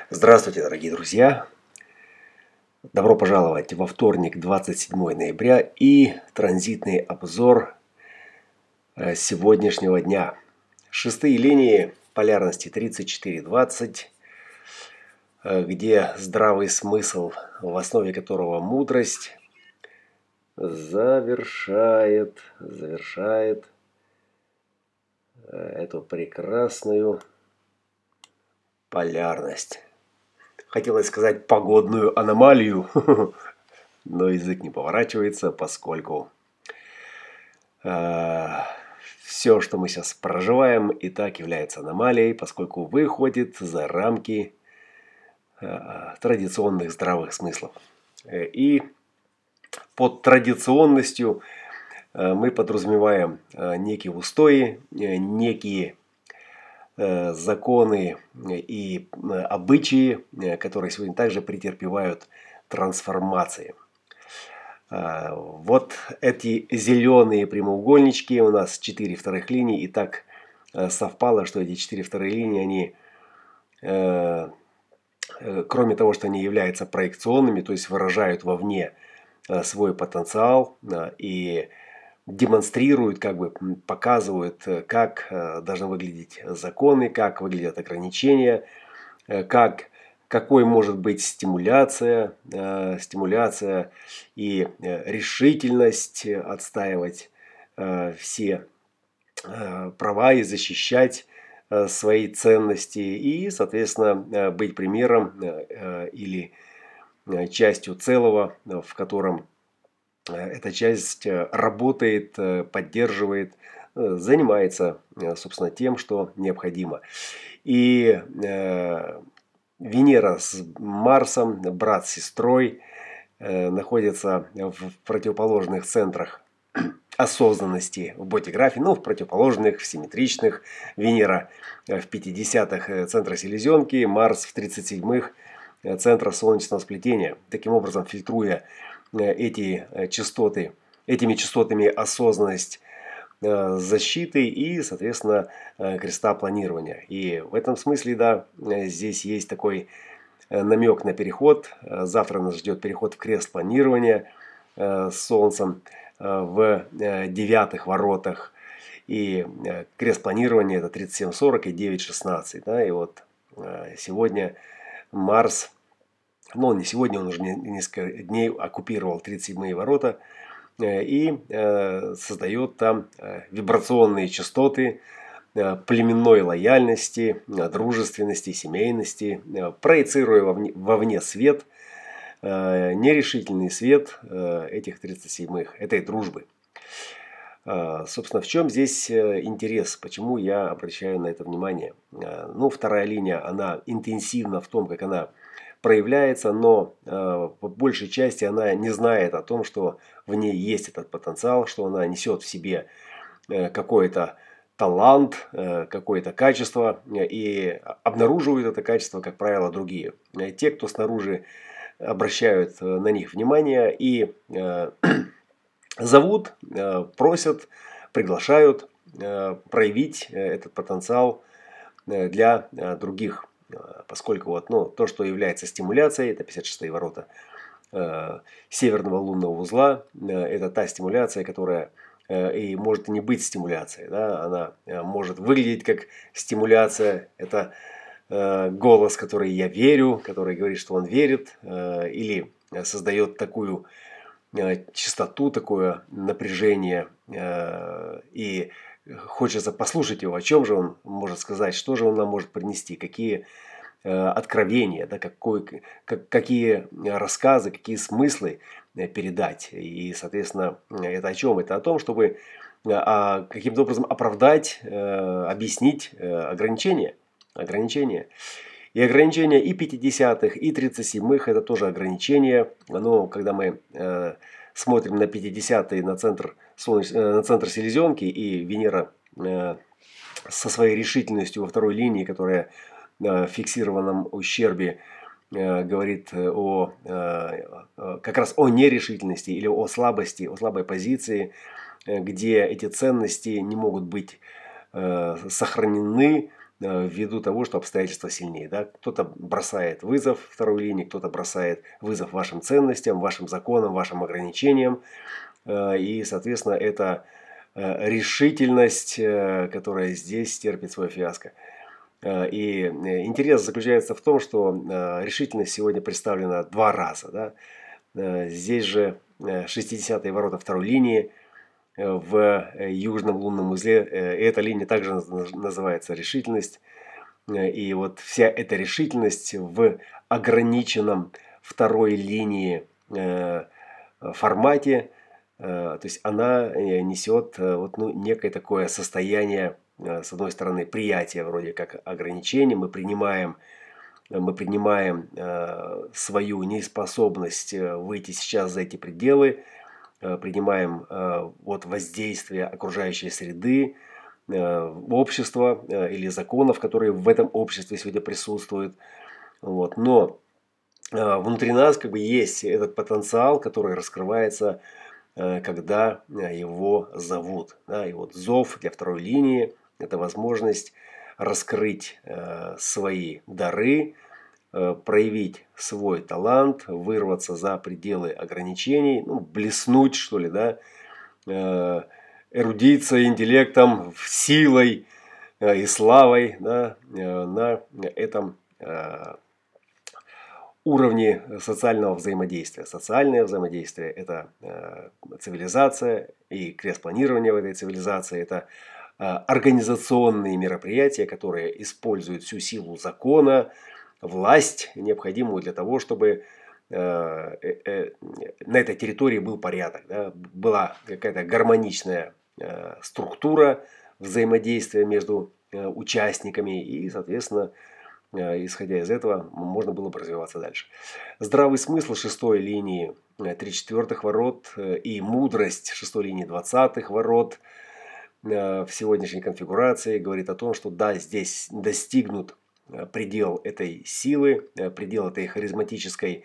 Здравствуйте, дорогие друзья! Добро пожаловать во вторник, 27 ноября и транзитный обзор сегодняшнего дня. Шестые линии полярности 34-20, где здравый смысл, в основе которого мудрость, завершает эту прекрасную полярность. Хотелось сказать погодную аномалию, но язык не поворачивается, поскольку все, что мы сейчас проживаем, и так является аномалией, поскольку выходит за рамки традиционных здравых смыслов. И под традиционностью мы подразумеваем некие устои, некие законы и обычаи, которые сегодня также претерпевают трансформации. Вот эти зеленые прямоугольнички, у нас 4 вторых линии, и так совпало, что эти 4 вторые линии, они, кроме того, что они являются проекционными, то есть выражают вовне свой потенциал и демонстрируют, как бы показывают, как должны выглядеть законы, как выглядят ограничения, какой может быть стимуляция и решительность отстаивать все права и защищать свои ценности и, соответственно, быть примером или частью целого, в котором эта часть работает, поддерживает, занимается, собственно, тем, что необходимо. И Венера с Марсом, брат с сестрой, находятся в противоположных центрах осознанности в бодиграфе, в противоположных, в симметричных. Венера в 50-х центра селезенки, Марс в 37-х центра солнечного сплетения. Таким образом, фильтруя этими частотами осознанность защиты и, соответственно, креста планирования. И в этом смысле, да, здесь есть такой намек на переход. Завтра нас ждет переход в крест планирования с Солнцем в 9-х воротах. И крест планирования это 37-40 и 9-16. Да? И вот сегодня Марс, не сегодня, он уже несколько дней оккупировал 37-е ворота и создает там вибрационные частоты племенной лояльности, дружественности, семейности, проецируя вовне свет, нерешительный свет этих 37-х, этой дружбы. Собственно, в чем здесь интерес? Почему я обращаю на это внимание? Вторая линия, она интенсивна в том, как она проявляется, но по большей части она не знает о том, что в ней есть этот потенциал, что она несет в себе какой-то талант, какое-то качество, и обнаруживают это качество, как правило, другие. Те, кто снаружи, обращают на них внимание и зовут, просят, приглашают проявить этот потенциал для других. Поскольку то, что является стимуляцией, это 56-е ворота северного лунного узла, это та стимуляция, которая и может не быть стимуляцией. Да? Она может выглядеть как стимуляция. Это голос, который я верю, который говорит, что он верит, или создает такую частоту, такое напряжение, и хочется послушать его, о чем же он может сказать, что же он нам может принести, какие откровения, да, какие рассказы, какие смыслы передать. И, соответственно, это о чем? Это о том, чтобы каким-то образом оправдать, объяснить ограничения. И ограничения и 50-х, и 37-х это тоже ограничения. Но когда мы смотрим на 50-е, на центр селезенки, и Венера со своей решительностью во второй линии, которая в фиксированном ущербе говорит как раз о нерешительности или о слабости, о слабой позиции, где эти ценности не могут быть сохранены, ввиду того, что обстоятельства сильнее. Да? Кто-то бросает вызов второй линии, кто-то бросает вызов вашим ценностям, вашим законам, вашим ограничениям. И, соответственно, это решительность, которая здесь терпит свое фиаско. И интерес заключается в том, что решительность сегодня представлена два раза. Да? Здесь же 60-е ворота второй линии в южном лунном узле. Эта линия также называется решительность. И вот вся эта решительность в ограниченном второй линии формате, то есть она несет вот, ну, некое такое состояние, с одной стороны, приятия вроде как ограничений. Мы принимаем свою неспособность выйти сейчас за эти пределы, принимаем вот воздействие окружающей среды, общества или законов, которые в этом обществе сегодня присутствуют. Вот. Но внутри нас как бы есть этот потенциал, который раскрывается, когда его зовут. Да? И вот зов для второй линии – это возможность раскрыть свои дары, проявить свой талант, вырваться за пределы ограничений, ну, блеснуть, что ли, да, эрудицией, интеллектом, силой и славой, да, на этом уровне социального взаимодействия. Социальное взаимодействие – это цивилизация и крест-планирование в этой цивилизации – это организационные мероприятия, которые используют всю силу закона, власть, необходимую для того, чтобы на этой территории был порядок, да, была какая-то гармоничная структура взаимодействия между участниками и, соответственно, исходя из этого, можно было бы развиваться дальше. Здравый смысл шестой линии 3/4 ворот и мудрость шестой линии 20-х ворот в сегодняшней конфигурации говорит о том, что да, здесь достигнут предел этой силы, предел этой харизматической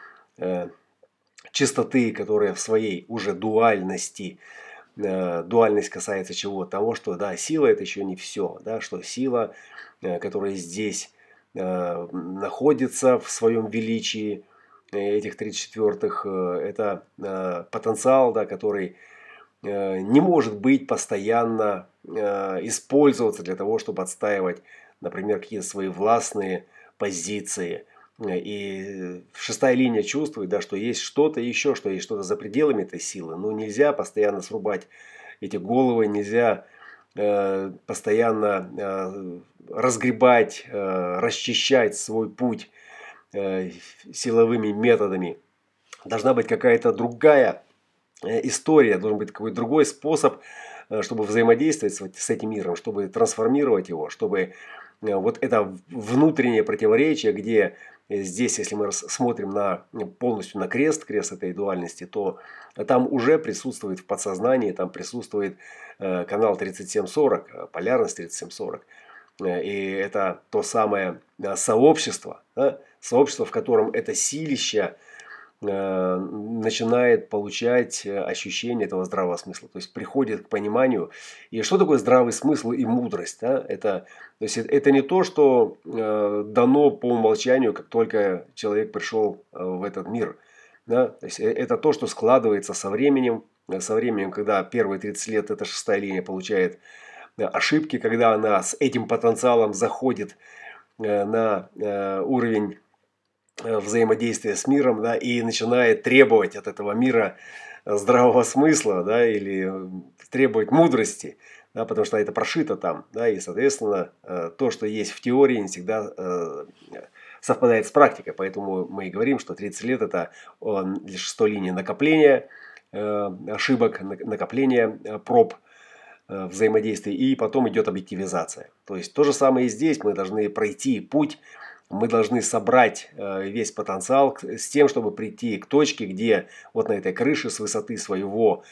чистоты, которая в своей уже дуальности, дуальность касается чего? Того, что да, сила это еще не все, да, что сила, которая здесь находится в своем величии, этих 34-х, это потенциал, да, который не может быть постоянно использоваться для того, чтобы отстаивать, например, какие-то свои властные позиции. И шестая линия чувствует, да, что есть что-то еще, что есть что-то за пределами этой силы. Но нельзя постоянно срубать эти головы, нельзя постоянно разгребать, расчищать свой путь силовыми методами. Должна быть какая-то другая история, должен быть какой-то другой способ, чтобы взаимодействовать с этим миром, чтобы трансформировать его, чтобы вот это внутреннее противоречие, где здесь, если мы смотрим полностью на крест этой дуальности, то там уже присутствует в подсознании, там присутствует канал 3740, полярность 3740. И это то самое сообщество, да? Сообщество, в котором это силище начинает получать ощущение этого здравого смысла. То есть приходит к пониманию. И что такое здравый смысл и мудрость? Да? То есть это не то, что дано по умолчанию, как только человек пришел в этот мир. Да? То есть это то, что складывается со временем. Со временем, когда первые 30 лет эта шестая линия получает ошибки, когда она с этим потенциалом заходит на уровень взаимодействия с миром, да, и начинает требовать от этого мира здравого смысла, да, или требовать мудрости, да, потому что это прошито там, да, и, соответственно, то, что есть в теории, не всегда совпадает с практикой, поэтому мы и говорим, что 30 лет это для шестой линии накопления ошибок, накопления проб взаимодействия, и потом идет объективизация. То есть то же самое и здесь, мы должны пройти путь. Мы должны собрать весь потенциал с тем, чтобы прийти к точке, где вот на этой крыше с высоты своего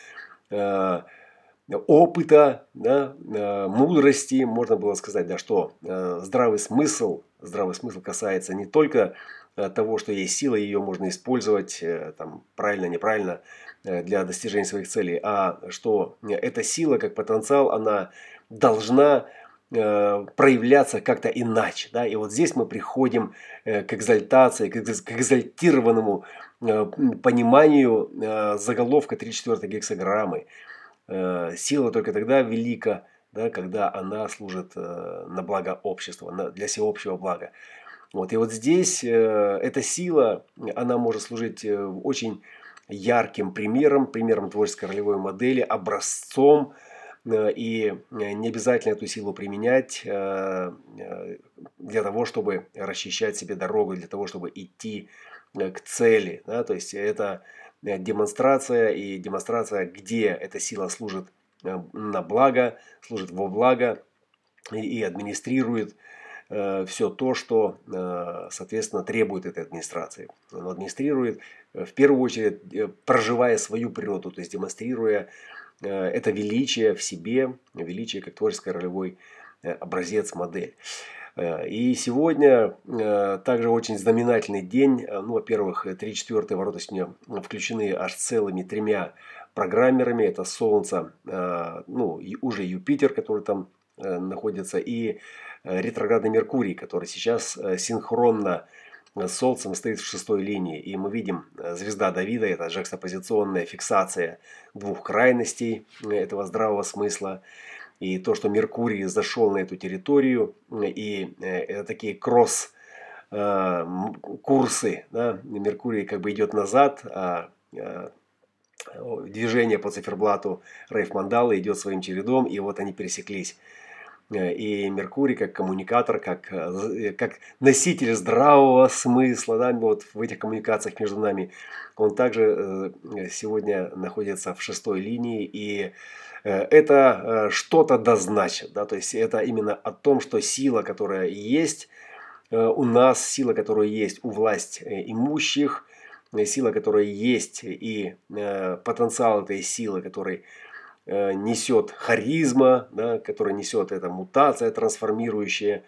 опыта, да, мудрости, можно было сказать, да, что здравый смысл касается не только того, что есть сила, ее можно использовать там, правильно, неправильно для достижения своих целей, а что эта сила как потенциал, она должна проявляться как-то иначе. Да? И вот здесь мы приходим к экзальтации, к экзальтированному пониманию заголовка 3/4 гексаграммы. Сила только тогда велика, да, когда она служит на благо общества, для всеобщего блага. Вот. И вот здесь эта сила, она может служить очень ярким примером творческой ролевой модели, образцом, и не обязательно эту силу применять для того, чтобы расчищать себе дорогу, для того, чтобы идти к цели. Да? То есть это демонстрация, где эта сила служит на благо, служит во благо и администрирует все то, что, соответственно, требует этой администрации. Он администрирует, в первую очередь, проживая свою природу, то есть демонстрируя это величие в себе, величие как творческий ролевой образец, модель. И сегодня также очень знаменательный день. Ну, во-первых, 3/4 ворота сегодня включены аж целыми 3 программерами. Это Солнце, ну, и уже Юпитер, который там находится, и ретроградный Меркурий, который сейчас синхронно с Солнцем стоит в 6-й линии. И мы видим звезда Давида, это жакстопозиционная фиксация двух крайностей этого здравого смысла. И то, что Меркурий зашел на эту территорию, и это такие кросс-курсы, да? Меркурий как бы идет назад, а движение по циферблату Рейф-Мандалы идет своим чередом, и вот они пересеклись. И Меркурий как коммуникатор, как носитель здравого смысла, да, вот в этих коммуникациях между нами, он также сегодня находится в 6-й линии, и это что-то дозначит, да, то есть это именно о том, что сила, которая есть у нас, сила, которая есть у власть имущих, сила, которая есть, и потенциал этой силы, который несет харизма, да, который несет эта мутация трансформирующая,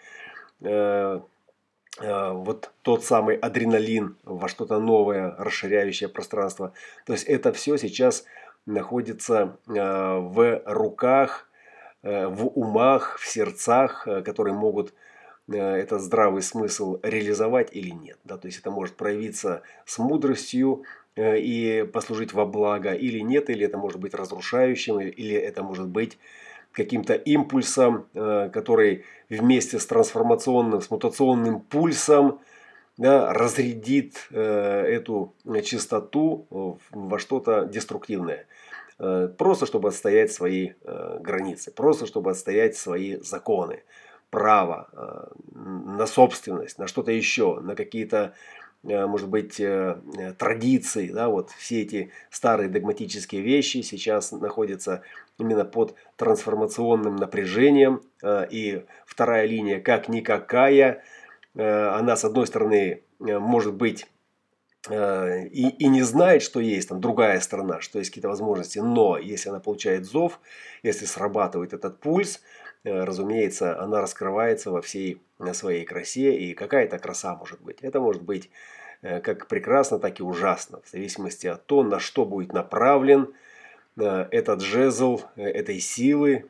вот тот самый адреналин во что-то новое, расширяющее пространство. То есть это все сейчас находится в руках, в умах, в сердцах, которые могут этот здравый смысл реализовать или нет. Да? То есть это может проявиться с мудростью и послужить во благо или нет, или это может быть разрушающим, или это может быть каким-то импульсом, который вместе с трансформационным, с мутационным пульсом, да, разрядит эту чистоту во что-то деструктивное. Просто чтобы отстоять свои границы, просто чтобы отстоять свои законы, право на собственность, на что-то еще, на какие-то, может быть, традиции. Да, вот все эти старые догматические вещи сейчас находятся именно под трансформационным напряжением. И вторая линия, как никакая, она, с одной стороны, может быть, и не знает, что есть там другая сторона, что есть какие-то возможности, но если она получает зов, если срабатывает этот пульс, разумеется, она раскрывается во всей своей красе. И какая это краса может быть? Это может быть как прекрасно, так и ужасно, в зависимости от того, на что будет направлен этот жезл этой силы,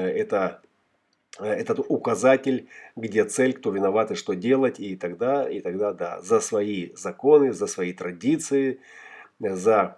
этот указатель, где цель, кто виноват и что делать, и тогда, да, за свои законы, за свои традиции, за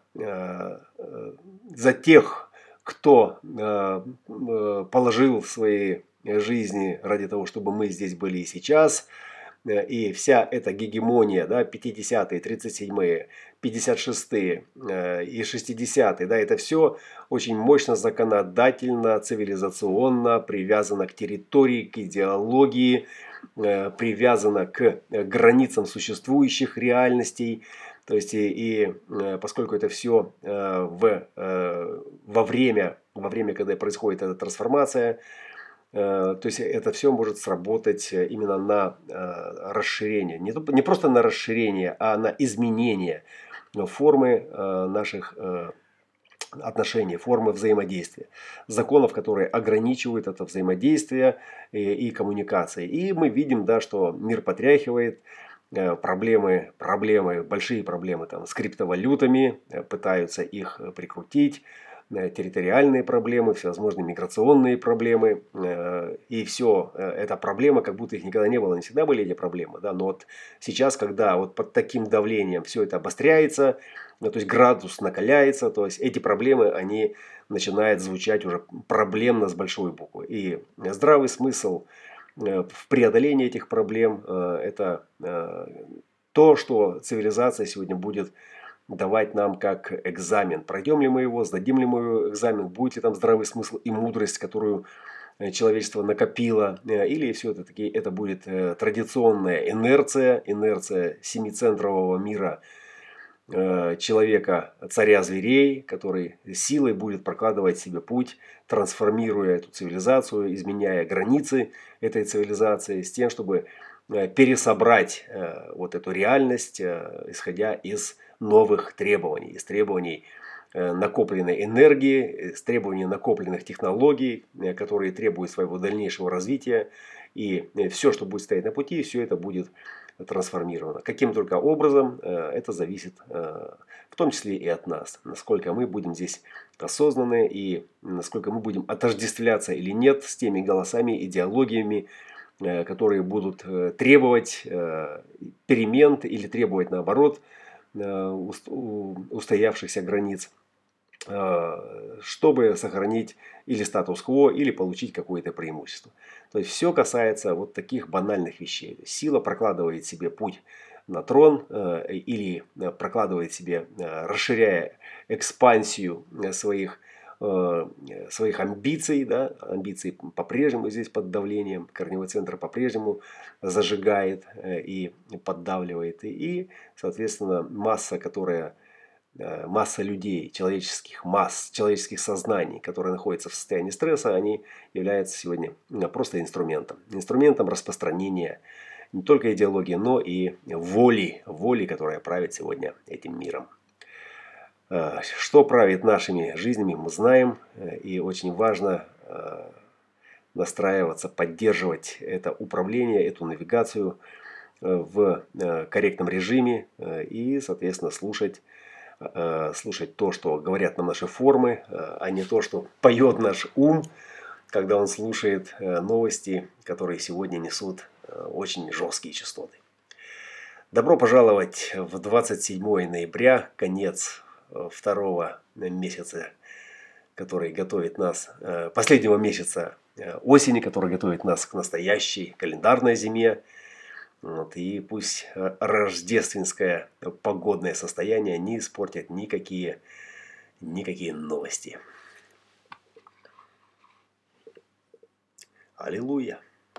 тех, кто положил свои жизни ради того, чтобы мы здесь были и сейчас. И вся эта гегемония, да, 50-е, 37-е, 56-е и 60-е, да, это все очень мощно законодательно, цивилизационно привязано к территории, к идеологии, привязано к границам существующих реальностей. То есть поскольку это все во время, когда происходит эта трансформация, то есть это все может сработать именно на расширение. Не просто на расширение, а на изменение формы наших отношений, формы взаимодействия. Законов, которые ограничивают это взаимодействие и коммуникации. И мы видим, да, что мир потряхивает. Проблемы, большие проблемы там, с криптовалютами, пытаются их прикрутить. территориальные проблемы, всевозможные миграционные проблемы. И все, это проблема, как будто их никогда не было, не всегда были эти проблемы. Да? Но вот сейчас, когда вот под таким давлением все это обостряется, то есть градус накаляется, то есть эти проблемы, они начинают звучать уже проблемно с большой буквы. И здравый смысл в преодолении этих проблем это то, что цивилизация сегодня будет давать нам как экзамен. Пройдем ли мы его, сдадим ли мы его экзамен, будет ли там здравый смысл и мудрость, которую человечество накопило, или все-таки это будет традиционная инерция семицентрового мира человека, царя зверей, который силой будет прокладывать себе путь, трансформируя эту цивилизацию, изменяя границы этой цивилизации с тем, чтобы пересобрать вот эту реальность, исходя из новых требований, из требований накопленной энергии, из требований накопленных технологий, которые требуют своего дальнейшего развития. И все, что будет стоять на пути, все это будет трансформировано. Каким только образом, это зависит в том числе и от нас. Насколько мы будем здесь осознаны и насколько мы будем отождествляться или нет с теми голосами, идеологиями, которые будут требовать перемен или требовать наоборот устоявшихся границ, чтобы сохранить или статус-кво, или получить какое-то преимущество. То есть все касается вот таких банальных вещей. Сила прокладывает себе путь на трон или прокладывает себе, расширяя экспансию своих амбиций, да, амбиции по-прежнему здесь под давлением, корневой центр по-прежнему зажигает и поддавливает. И, соответственно, масса людей, человеческих масс, человеческих сознаний, которые находятся в состоянии стресса, они являются сегодня просто инструментом. Инструментом распространения не только идеологии, но и воли, которая правит сегодня этим миром. Что правит нашими жизнями, мы знаем. И очень важно настраиваться, поддерживать это управление, эту навигацию в корректном режиме и, соответственно, слушать то, что говорят нам наши формы, а не то, что поет наш ум, когда он слушает новости, которые сегодня несут очень жесткие частоты. Добро пожаловать в 27 ноября, конец второго месяца, который готовит нас, последнего месяца осени, который готовит нас к настоящей календарной зиме. Вот, и пусть рождественское погодное состояние не испортят никакие новости. Аллилуйя.